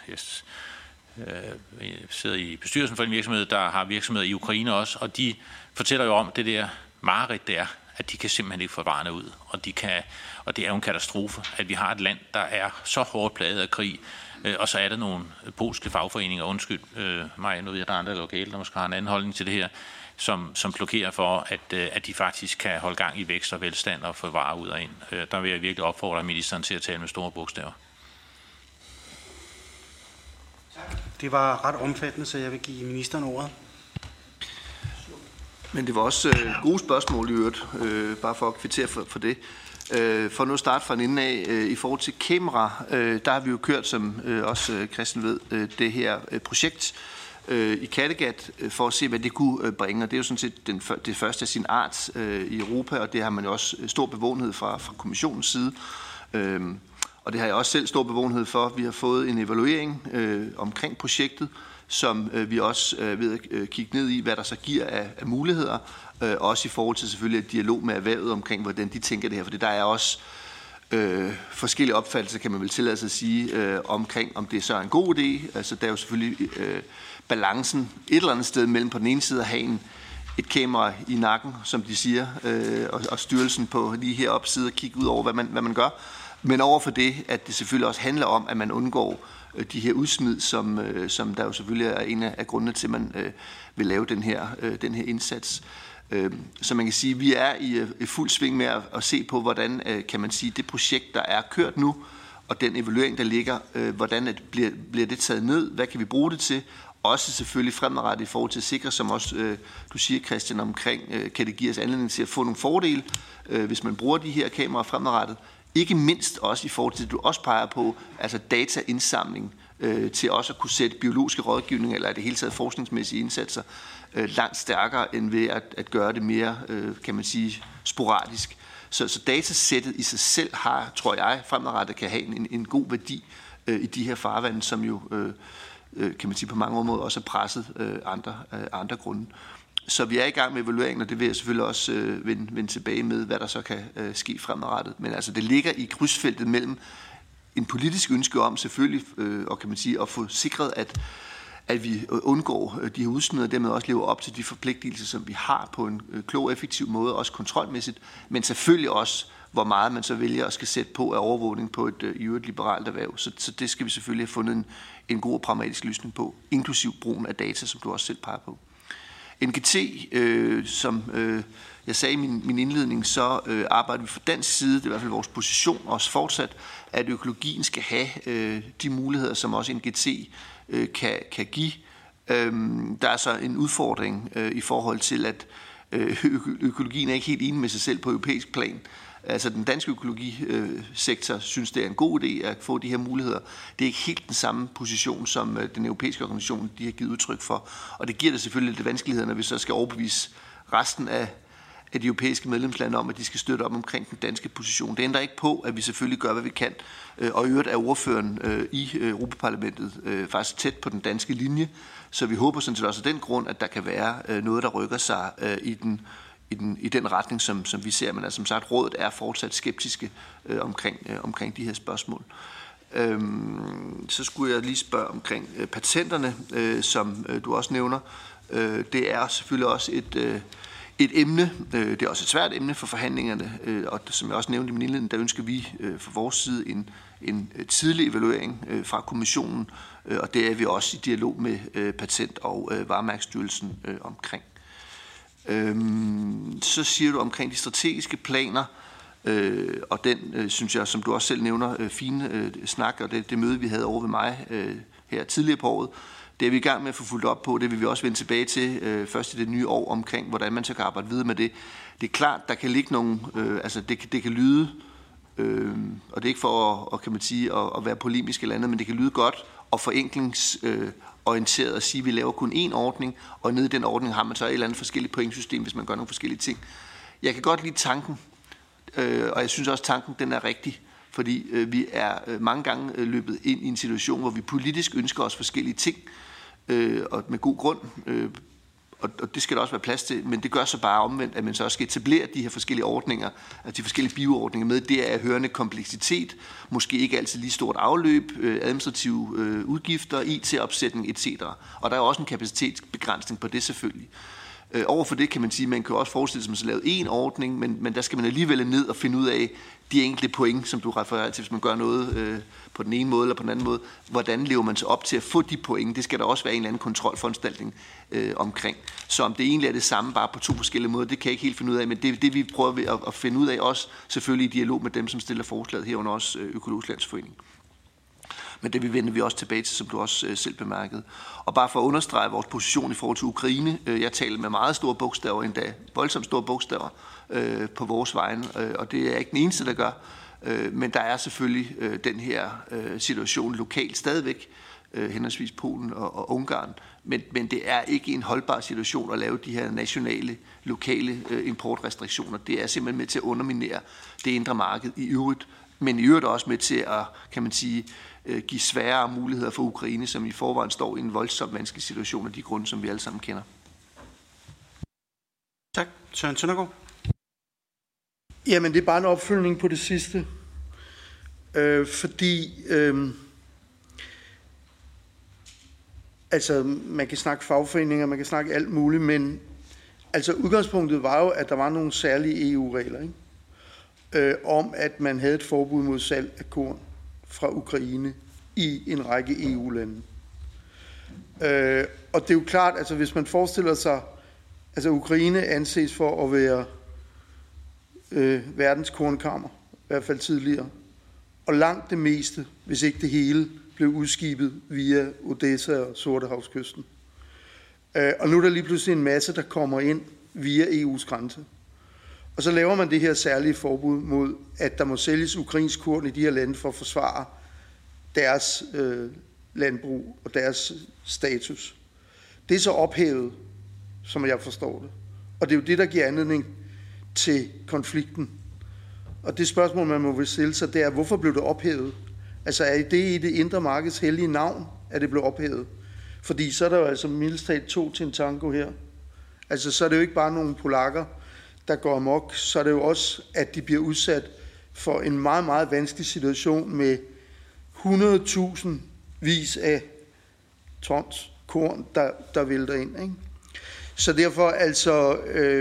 sidder i bestyrelsen for en virksomhed, der har virksomheder i Ukraine også, og de fortæller jo om det der mareridt der, at de kan simpelthen ikke få varerne ud. Og det er jo en katastrofe, at vi har et land, der er så hårdt plaget af krig, og så er der nogle polske fagforeninger, undskyld mig, nu ved jeg, der er andre lokale, der måske har en anden holdning til det her, som blokerer for, at de faktisk kan holde gang i vækst og velstand og få varer ud og ind. Der vil jeg virkelig opfordre ministeren til at tale med store bogstaver. Det var ret omfattende, så jeg vil give ministeren ordet. Men det var også gode spørgsmål i øvrigt, bare for at kvittere for det. For nu at starte fra en ende af, i forhold til kamera, der har vi jo kørt, som også Christian ved, det her projekt, i Kattegat for at se, hvad det kunne bringe. Og det er jo sådan set det første af sin art i Europa, og det har man jo også stor bevågenhed fra kommissionens side. Og det har jeg også selv stor bevågenhed for. Vi har fået en evaluering omkring projektet, som vi også ved at kigge ned i, hvad der så giver af muligheder, også i forhold til selvfølgelig et dialog med erhvervet omkring, hvordan de tænker det her. For der er også forskellige opfattelser, kan man vel tillade sig at sige, omkring, om det så er en god idé. Altså, der er jo selvfølgelig balancen et eller andet sted mellem på den ene side at have et kamera i nakken, som de siger, og styrelsen på lige heroppe side og kigge ud over, hvad man gør. Men overfor det, at det selvfølgelig også handler om, at man undgår de her udsmid, som der jo selvfølgelig er en af grundene til, at man vil lave den her indsats. Så man kan sige, at vi er i fuld sving med at se på, hvordan kan man sige, det projekt, der er kørt nu, og den evaluering, der ligger, hvordan bliver det taget ned, hvad kan vi bruge det til, også selvfølgelig fremadrettet i forhold til at sikre, som også du siger, Christian, omkring, kan det give os anledning til at få nogle fordele, hvis man bruger de her kameraer fremadrettet. Ikke mindst også i forhold til, at du også peger på, altså dataindsamling, til også at kunne sætte biologiske rådgivning, eller i det hele taget forskningsmæssige indsatser, langt stærkere, end ved at gøre det mere, kan man sige, sporadisk. Så datasættet i sig selv har, tror jeg, fremadrettet kan have en god værdi i de her farvande, som jo, kan man sige, på mange områder også er presset andre grunde. Så vi er i gang med evalueringen, og det vil jeg selvfølgelig også vende tilbage med, hvad der så kan ske fremadrettet. Men altså, det ligger i krydsfeltet mellem en politisk ønske om selvfølgelig, og kan man sige, at få sikret, at vi undgår de her udsmid, og dermed også lever op til de forpligtelser, som vi har på en klog og effektiv måde, også kontrolmæssigt, men selvfølgelig også, hvor meget man så vælger at skal sætte på af overvågning på et i øvrigt liberalt erhverv. Så det skal vi selvfølgelig have fundet en god og pragmatisk løsning på, inklusiv brugen af data, som du også selv peger på. NGT, som jeg sagde i min indledning, så arbejder vi fra dansk side, det er i hvert fald vores position også fortsat, at økologien skal have de muligheder, som også NGT kan give. Der er så en udfordring i forhold til, at økologien er ikke helt enig med sig selv på europæisk plan. Altså den danske økologisektor synes, det er en god idé at få de her muligheder. Det er ikke helt den samme position, som den europæiske organisation de har givet udtryk for. Og det giver det selvfølgelig lidt vanskeligheder, når vi så skal overbevise resten af de europæiske medlemslande om, at de skal støtte op omkring den danske position. Det ændrer ikke på, at vi selvfølgelig gør, hvad vi kan. Og i øvrigt er ordføreren i Europaparlamentet faktisk tæt på den danske linje. Så vi håber sådan set også af den grund, at der kan være noget, der rykker sig i den retning, som vi ser. Men altså, som sagt, rådet er fortsat skeptiske omkring de her spørgsmål. Så skulle jeg lige spørge omkring patenterne, som du også nævner. Det er selvfølgelig også et emne, det er også et svært emne for forhandlingerne, og som jeg også nævnte i min indledning, der ønsker vi fra vores side en tidlig evaluering fra kommissionen, og det er vi også i dialog med Patent- og Varemærkestyrelsen omkring. Så siger du omkring de strategiske planer, og den, synes jeg, som du også selv nævner, fine snak, og det møde, vi havde over ved mig her tidligere på året, det er vi i gang med at få fulgt op på. Det vil vi også vende tilbage til først i det nye år omkring, hvordan man så kan arbejde videre med det. Det er klart, der kan ligge nogle, altså det kan lyde, og det er ikke for at, kan man sige, at være polemisk eller andet, men det kan lyde godt og forenklingsorienteret at sige, at vi laver kun én ordning, og nede i den ordning har man så et eller andet forskelligt pointsystem, hvis man gør nogle forskellige ting. Jeg kan godt lide tanken, og jeg synes også, at tanken den er rigtig. Fordi vi er mange gange løbet ind i en situation, hvor vi politisk ønsker os forskellige ting, og med god grund, og det skal der også være plads til, men det gør så bare omvendt, at man så også skal etablere de her forskellige ordninger, altså de forskellige bioordninger med, det er hørende kompleksitet, måske ikke altid lige stort afløb, administrative udgifter, IT-opsætning etc. Og der er også en kapacitetsbegrænsning på det selvfølgelig. Overfor det kan man sige, at man kan også forestille sig, at man så lavet en ordning, men der skal man alligevel ned og finde ud af de enkelte point, som du refererer til, hvis man gør noget på den ene måde eller på den anden måde. Hvordan lever man så op til at få de point? Det skal der også være en eller anden kontrolforanstaltning omkring. Så om det egentlig er det samme, bare på to forskellige måder, det kan jeg ikke helt finde ud af, men det er det, vi prøver ved at finde ud af, også selvfølgelig i dialog med dem, som stiller forslaget, herunder også Økologisk Landsforening. Men det vender vi også tilbage til, som du også selv bemærkede. Og bare for at understrege vores position i forhold til Ukraine, jeg taler med meget store bogstaver, endda voldsomt store bogstaver på vores vegne, og det er ikke den eneste, der gør. Men der er selvfølgelig den her situation lokalt stadigvæk, henholdsvis Polen og Ungarn. Men det er ikke en holdbar situation at lave de her nationale, lokale importrestriktioner. Det er simpelthen med til at underminere det indre marked i øvrigt, men i øvrigt også med til at, kan man sige, give sværere muligheder for Ukraine, som i forvejen står i en voldsomt vanskelig situation af de grunde, som vi alle sammen kender. Tak. Søren Søndergaard. Jamen, det er bare en opfølgning på det sidste. Fordi altså, man kan snakke fagforeninger, man kan snakke alt muligt, men altså udgangspunktet var jo, at der var nogle særlige EU-regler, ikke? Om at man havde et forbud mod salg af korn fra Ukraine i en række EU-lande. Og det er jo klart, altså hvis man forestiller sig, altså Ukraine anses for at være verdens kornkammer, i hvert fald tidligere, og langt det meste, hvis ikke det hele, blev udskibet via Odessa og Sortehavskysten. Og nu er der lige pludselig en masse, der kommer ind via EU's grænse. Og så laver man det her særlige forbud mod, at der må sælges ukrainsk korn i de her lande for at forsvare deres landbrug og deres status. Det er så ophævet, som jeg forstår det. Og det er jo det, der giver anledning til konflikten. Og det spørgsmål, man må vel stille sig, det er, hvorfor blev det ophævet? Altså er det i det indre markeds hellige navn, at det blev ophævet? Fordi så er der jo altså mildest talt 2 til en tango her. Altså så er det jo ikke bare nogle polakker, der går amok, så er det jo også, at de bliver udsat for en meget, meget vanskelig situation med 100.000 vis af tons korn, der vælter ind, ikke? Så derfor altså,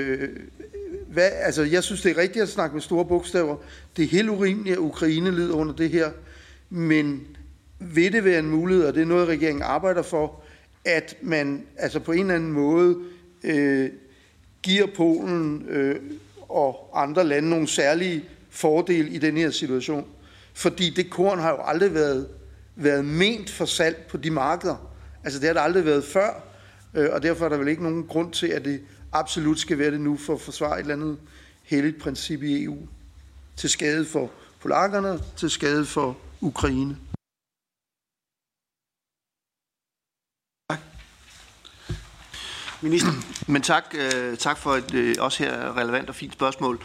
jeg synes, det er rigtigt at snakke med store bogstaver. Det er helt urimeligt, at Ukraine lider under det her, men vil det være en mulighed, og det er noget, regeringen arbejder for, at man altså på en eller anden måde giver Polen og andre lande nogle særlige fordele i den her situation. Fordi det korn har jo aldrig været ment for salg på de markeder. Altså det har der aldrig været før, og derfor er der vel ikke nogen grund til, at det absolut skal være det nu for at forsvare et eller andet helligt princip i EU. Til skade for polakkerne, til skade for Ukraine. Minister. Men tak for et også her relevant og fint spørgsmål.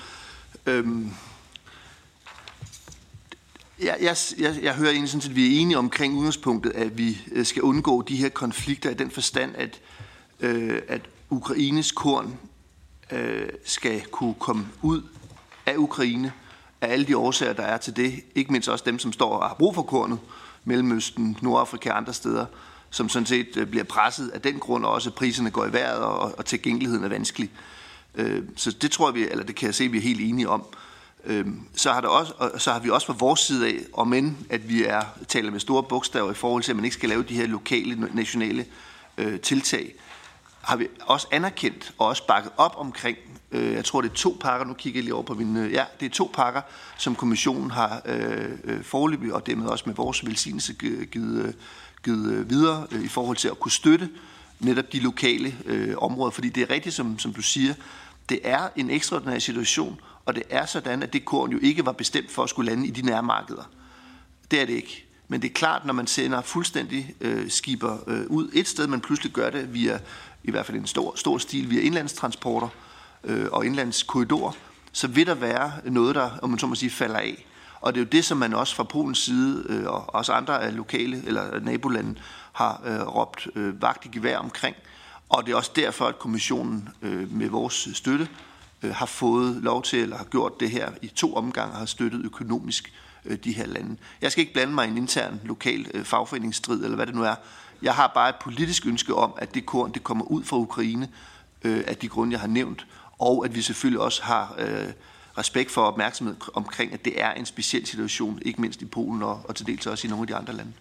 Jeg hører egentlig sådan set, at vi er enige omkring udgangspunktet, at vi skal undgå de her konflikter i den forstand, at Ukraines korn skal kunne komme ud af Ukraine af alle de årsager, der er til det. Ikke mindst også dem, som står og har brug for kornet, Mellemøsten, Nordafrika og andre steder, som sådan set bliver presset af den grund, og også priserne går i vejret, og tilgængeligheden er vanskelig. Så det tror vi, eller det kan jeg se, vi er helt enige om. Så har vi også fra vores side af, om end at vi taler med store bogstaver i forhold til, at man ikke skal lave de her lokale, nationale tiltag, har vi også anerkendt og også bakket op omkring, jeg tror det er 2 pakker, nu kigger jeg lige over på det er 2 pakker, som kommissionen har foreløbig, og dermed også med vores velsignelse givet videre i forhold til at kunne støtte netop de lokale områder, fordi det er rigtigt, som du siger, det er en ekstraordinær situation, og det er sådan, at det korn jo ikke var bestemt for at skulle lande i de nærmarkeder. Det er det ikke. Men det er klart, når man sender fuldstændig skiber ud et sted, man pludselig gør det via, i hvert fald en stor stil, via indlandstransporter og indlandskorridorer, så vil der være noget, der, om man så må sige, falder af. Og det er jo det, som man også fra Polens side, og også andre af lokale eller nabolande, har råbt vagt i gevær omkring. Og det er også derfor, at kommissionen med vores støtte har fået lov til, eller har gjort det her i 2 omgange, har støttet økonomisk de her lande. Jeg skal ikke blande mig i en intern lokal fagforeningsstrid, eller hvad det nu er. Jeg har bare et politisk ønske om, at det korn, det kommer ud fra Ukraine, af de grunde, jeg har nævnt, og at vi selvfølgelig også har respekt for opmærksomhed omkring, at det er en speciel situation, ikke mindst i Polen og til dels også i nogle af de andre lande.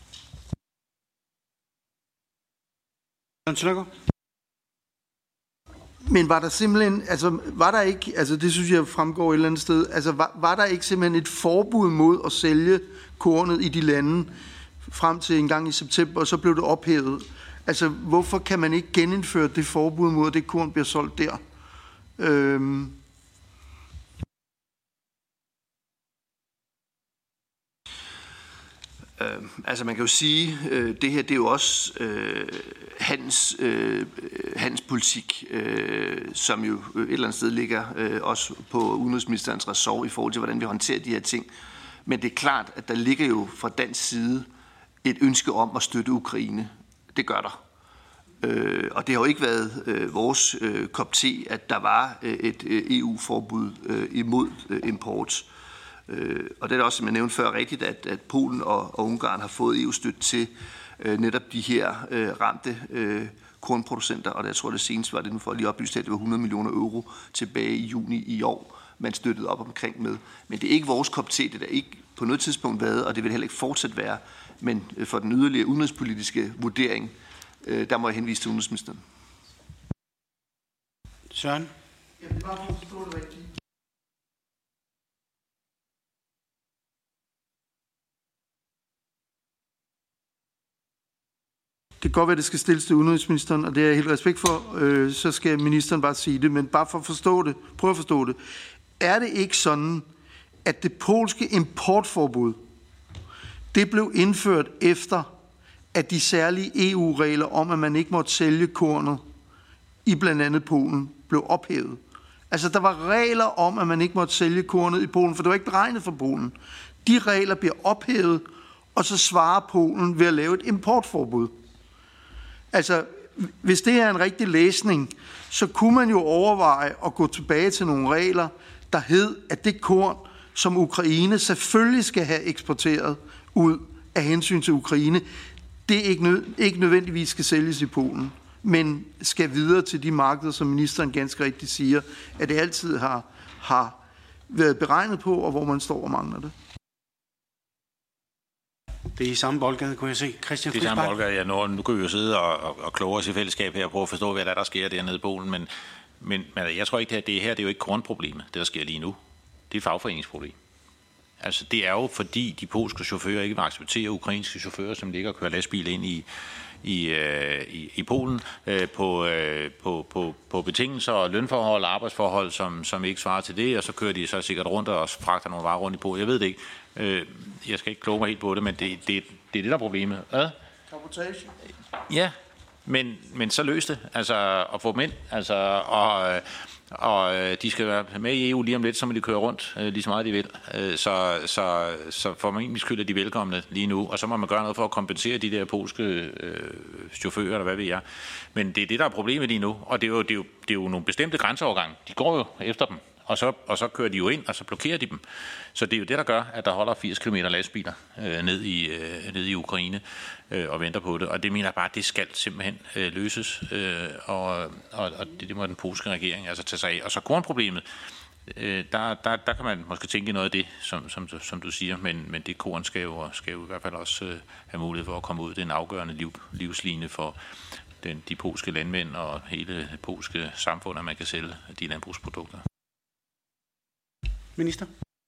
Men var der simpelthen, altså var der ikke, altså det synes jeg fremgår et eller andet sted, altså var der ikke simpelthen et forbud mod at sælge kornet i de lande frem til en gang i september, og så blev det ophævet? Altså hvorfor kan man ikke genindføre det forbud mod, at det korn bliver solgt der? Altså man kan jo sige, det her det er jo også handelspolitik, som jo et eller andet sted ligger også på udenrigsministerens ressort i forhold til, hvordan vi håndterer de her ting. Men det er klart, at der ligger jo fra dansk side et ønske om at støtte Ukraine. Det gør der. Og det har jo ikke været vores kop te, at der var et EU-forbud imod import. Og det er også, som jeg nævnte før, rigtigt, at Polen og Ungarn har fået EU-støtte til netop de her ramte kornproducenter. Og jeg tror, det senest var det, nu for lige oplyst, at det var 100 millioner euro tilbage i juni i år, man støttede op omkring med. Men det er ikke vores kop te, det er ikke på noget tidspunkt været, og det vil heller ikke fortsat være. Men for den yderligere udenrigspolitiske vurdering, der må jeg henvise til udenrigsministeren. Søren? Ja, det er bare for at forstå det rigtigt. Det kan godt være, at det skal stilles til udenrigsministeren, og det er jeg helt respekt for. Så skal ministeren bare sige det, men bare for at forstå det, prøv at forstå det. Er det ikke sådan, at det polske importforbud, det blev indført efter, at de særlige EU-regler om, at man ikke måtte sælge kornet i blandt andet Polen, blev ophævet? Altså, der var regler om, at man ikke måtte sælge kornet i Polen, for det var ikke beregnet for Polen. De regler bliver ophævet, og så svarer Polen ved at lave et importforbud. Altså, hvis det er en rigtig læsning, så kunne man jo overveje at gå tilbage til nogle regler, der hed, at det korn, som Ukraine selvfølgelig skal have eksporteret ud af hensyn til Ukraine, det ikke nødvendigvis skal sælges i Polen, men skal videre til de markeder, som ministeren ganske rigtigt siger, at det altid har været beregnet på, og hvor man står og mangler det. Det er i samme boldgade, kunne jeg se. Christian Friis Bach. Det er samme boldgade, ja. Nu kan vi jo sidde og kloge os i fællesskab her og prøve at forstå, hvad der sker dernede i Polen, men jeg tror ikke, at det her det er jo ikke grundproblemet, det der sker lige nu. Det er et fagforeningsproblem. Altså, det er jo fordi de polske chauffører ikke vil acceptere ukrainske chauffører, som ligger og kører lastbil ind i Polen på betingelser og lønforhold og arbejdsforhold, som ikke svarer til det, og så kører de så sikkert rundt og fragter nogle varer rundt i Polen. Jeg ved det ikke. Jeg skal ikke kloge mig helt på det, men det er det, der er problemet. Kabotage? Ja, men så løs det. Altså, at få dem ind. Altså, og de skal være med i EU lige om lidt, så må de køre rundt lige så meget de vil. Så for min skyld er de velkomne lige nu, og så må man gøre noget for at kompensere de der polske chauffører, eller hvad ved jeg. Men det er det, der er problemet lige nu, og det er jo nogle bestemte grænseovergange. De går jo efter dem, og så kører de jo ind, og så blokerer de dem. Så det er jo det, der gør, at der holder 80 km lastbiler ned i Ukraine og venter på det. Og det mener jeg bare, at det skal simpelthen løses, og det må den polske regering altså tage sig af. Og så kornproblemet, der kan man måske tænke noget af det, som du siger, men det korn skal jo i hvert fald også have mulighed for at komme ud. Det er en afgørende livsline for de polske landmænd og hele det polske samfund, at man kan sælge de landbrugsprodukter. Minister?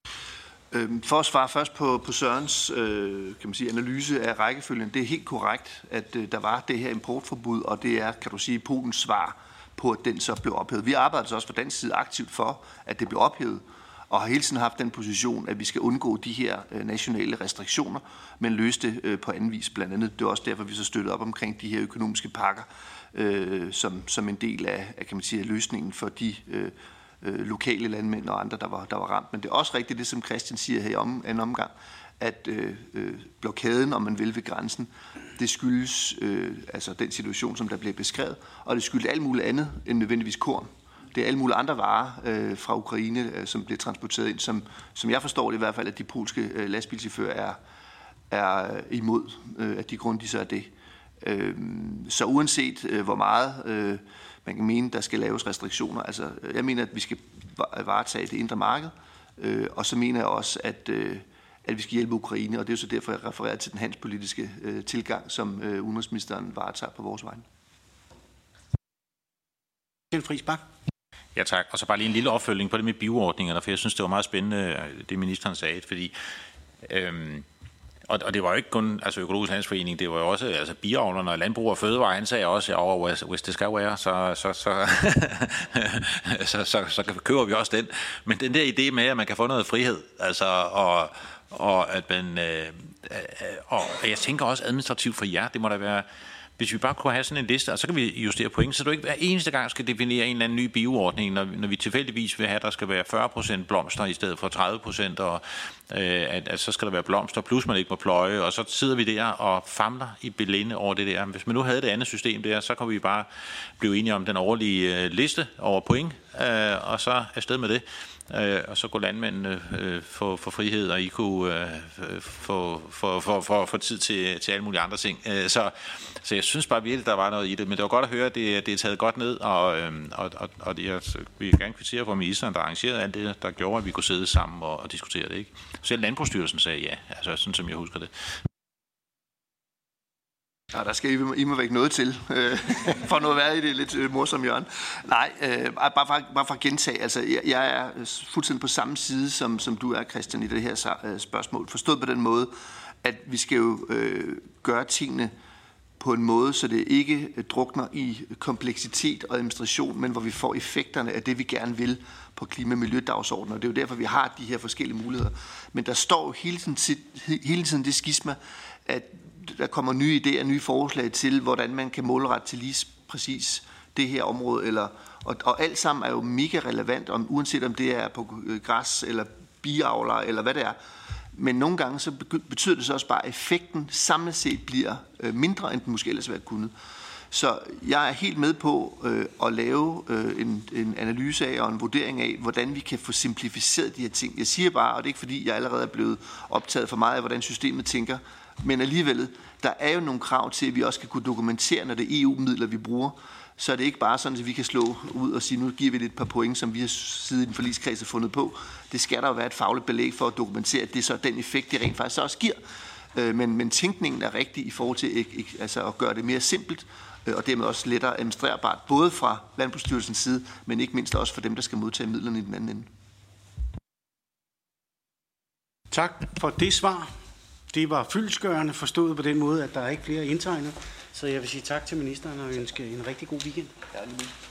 For at svare først på Sørens kan man sige, analyse af rækkefølgen, det er helt korrekt, at der var det her importforbud, og det er, kan du sige, Polens svar på, at den så blev ophævet. Vi arbejder så også fra dansk side aktivt for, at det blev ophævet, og har hele tiden haft den position, at vi skal undgå de her nationale restriktioner, men løse det på anden vis blandt andet. Det er også derfor, vi så støttede op omkring de her økonomiske pakker, som en del af kan man sige, løsningen for de lokale landmænd og andre, der var ramt. Men det er også rigtigt, det som Christian siger her om en omgang, at blokaden, om man vil, ved grænsen, det skyldes altså den situation, som der bliver beskrevet, og det skyldes alt muligt andet end nødvendigvis korn. Det er alle mulige andre varer fra Ukraine, som bliver transporteret ind, som jeg forstår det i hvert fald, at de polske lastbilchauffører er imod, at de grunde, de så er det. Så uanset hvor meget man kan mene, der skal laves restriktioner, altså jeg mener, at vi skal varetage det indre marked, og så mener jeg også, at vi skal hjælpe Ukraine, og det er jo så derfor, jeg refererer til den handelspolitiske tilgang, som udenrigsministeren varetager på vores vegne. Friis Bach. Ja, tak. Og så bare lige en lille opfølging på det med bioordningerne, for jeg synes, det var meget spændende, det ministeren sagde, fordi og det var jo ikke kun altså Økologisk Landsforening, det var jo også altså biavlerne og Landbrug og Fødevare, han sagde også, over hvis det skal være, så køber vi også den. Men den der idé med, at man kan få noget frihed, altså og at man, og jeg tænker også administrativt for jer, det må da være, hvis vi bare kunne have sådan en liste, og så kan vi justere point, så du ikke hver eneste gang skal definere en eller anden ny bioordning, når vi tilfældigvis vil have, at der skal være 40% blomster i stedet for 30%, og at så skal der være blomster, plus man ikke må pløje, og så sidder vi der og famler i belinde over det der. Hvis man nu havde det andet system der, så kan vi bare blive enige om den årlige liste over point, og så afsted med det. Og så kunne landmændene få frihed, og I kunne få tid til alle mulige andre ting. Så jeg synes bare virkelig, der var noget i det. Men det var godt at høre, at det er taget godt ned, og jeg vil gerne kvittere for ministeren, der arrangerede alt det, der gjorde, at vi kunne sidde sammen og diskutere det. Ikke? Selv Landbrugsstyrelsen sagde ja, altså sådan som jeg husker det. Ja, der skal I må væk noget til, for noget at være i det lidt morsomme hjørne. Nej, bare for at gentage, altså jeg er fuldstændig på samme side, som du er, Christian, i det her spørgsmål. Forstået på den måde, at vi skal jo gøre tingene på en måde, så det ikke drukner i kompleksitet og administration, men hvor vi får effekterne af det, vi gerne vil på klima- og miljødagsordenen. Og det er jo derfor, vi har de her forskellige muligheder. Men der står jo hele tiden det skisma, at der kommer nye idéer, nye forslag til, hvordan man kan målrette til lige præcis det her område. Og alt sammen er jo mega relevant, uanset om det er på græs eller biavler eller hvad det er. Men nogle gange så betyder det så også bare, at effekten samlet set bliver mindre, end den måske ellers ville have kunnet. Så jeg er helt med på at lave en analyse af og en vurdering af, hvordan vi kan få simplificeret de her ting. Jeg siger bare, og det er ikke fordi, jeg allerede er blevet optaget for meget af, hvordan systemet tænker, men alligevel, der er jo nogle krav til, at vi også skal kunne dokumentere, når det er EU-midler, vi bruger. Så er det ikke bare sådan, at vi kan slå ud og sige, nu giver vi det et par point, som vi har siden i den forligskreds har fundet på. Det skal der jo være et fagligt belæg for at dokumentere, at det er så den effekt, det rent faktisk også giver. Men tænkningen er rigtig i forhold til altså at gøre det mere simpelt, og dermed også lettere administrerbart, både fra Landbrugsstyrelsens side, men ikke mindst også for dem, der skal modtage midlerne i den anden ende. Tak for det svar. Det var fyldestgørende forstået på den måde, at der er ikke flere indtegnet. Så jeg vil sige tak til ministeren og ønske en rigtig god weekend. Ja,